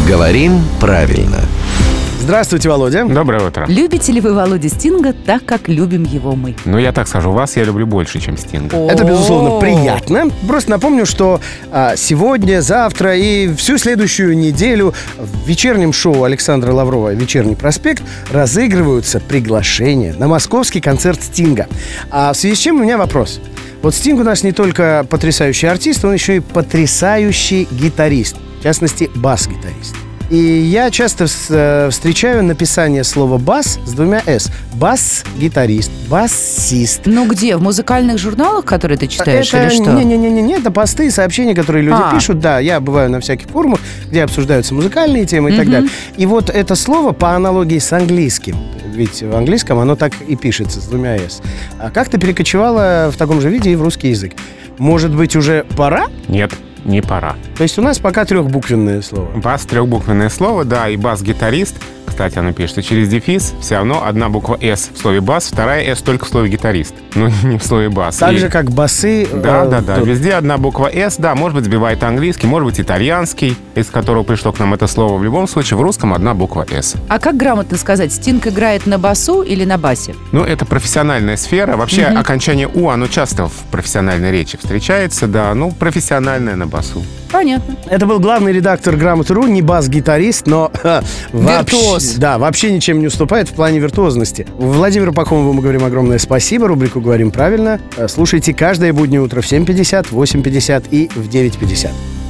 Говорим правильно. Здравствуйте, Володя. Доброе утро. Любите ли вы Володю Стинга так, как любим его мы? Ну, я так скажу, вас я люблю больше, чем Стинга. Это, безусловно, приятно. Просто напомню, что сегодня, завтра и всю следующую неделю в вечернем шоу Александра Лаврова «Вечерний проспект» разыгрываются приглашения на московский концерт Стинга. А в связи с чем у меня вопрос. Вот Стинг у нас не только потрясающий артист, он еще и потрясающий гитарист. В частности, бас-гитарист. И я часто встречаю написание слова «бас» с двумя «с». Бас-гитарист, басист. Ну где? В музыкальных журналах, которые ты читаешь, Это, или что? Не, это посты и сообщения, которые люди пишут. Да, я бываю на всяких форумах, где обсуждаются музыкальные темы и так далее. И вот это слово по аналогии с английским, ведь в английском оно так и пишется с двумя «с», как-то перекочевало в таком же виде и в русский язык. Может быть, уже пора? Нет, не пора. То есть у нас пока трехбуквенное слово. Бас — трехбуквенное слово, да, и бас-гитарист, кстати, оно пишется через дефис, все равно одна буква «с» в слове бас, вторая «с» только в слове гитарист, но не в слове бас. Так же, как басы. Да, везде одна буква «с», да, может быть, сбивает английский, может быть, итальянский, из которого пришло к нам это слово. В любом случае, в русском одна буква «с». А как грамотно сказать, Стинг играет на басу или на басе? Ну, это профессиональная сфера. Вообще, окончание «у», оно часто в профессиональной речи встречается, да, ну, профессиональное на басу. Понятно. Это был главный редактор «Грамоты.ру», не бас-гитарист, но Виртуоз. вообще ничем не уступает в плане виртуозности. Владимиру Пахомову мы говорим огромное спасибо. Рубрику «Говорим правильно» слушайте каждое буднее утро в 7:50, в 8:50 и в 9:50.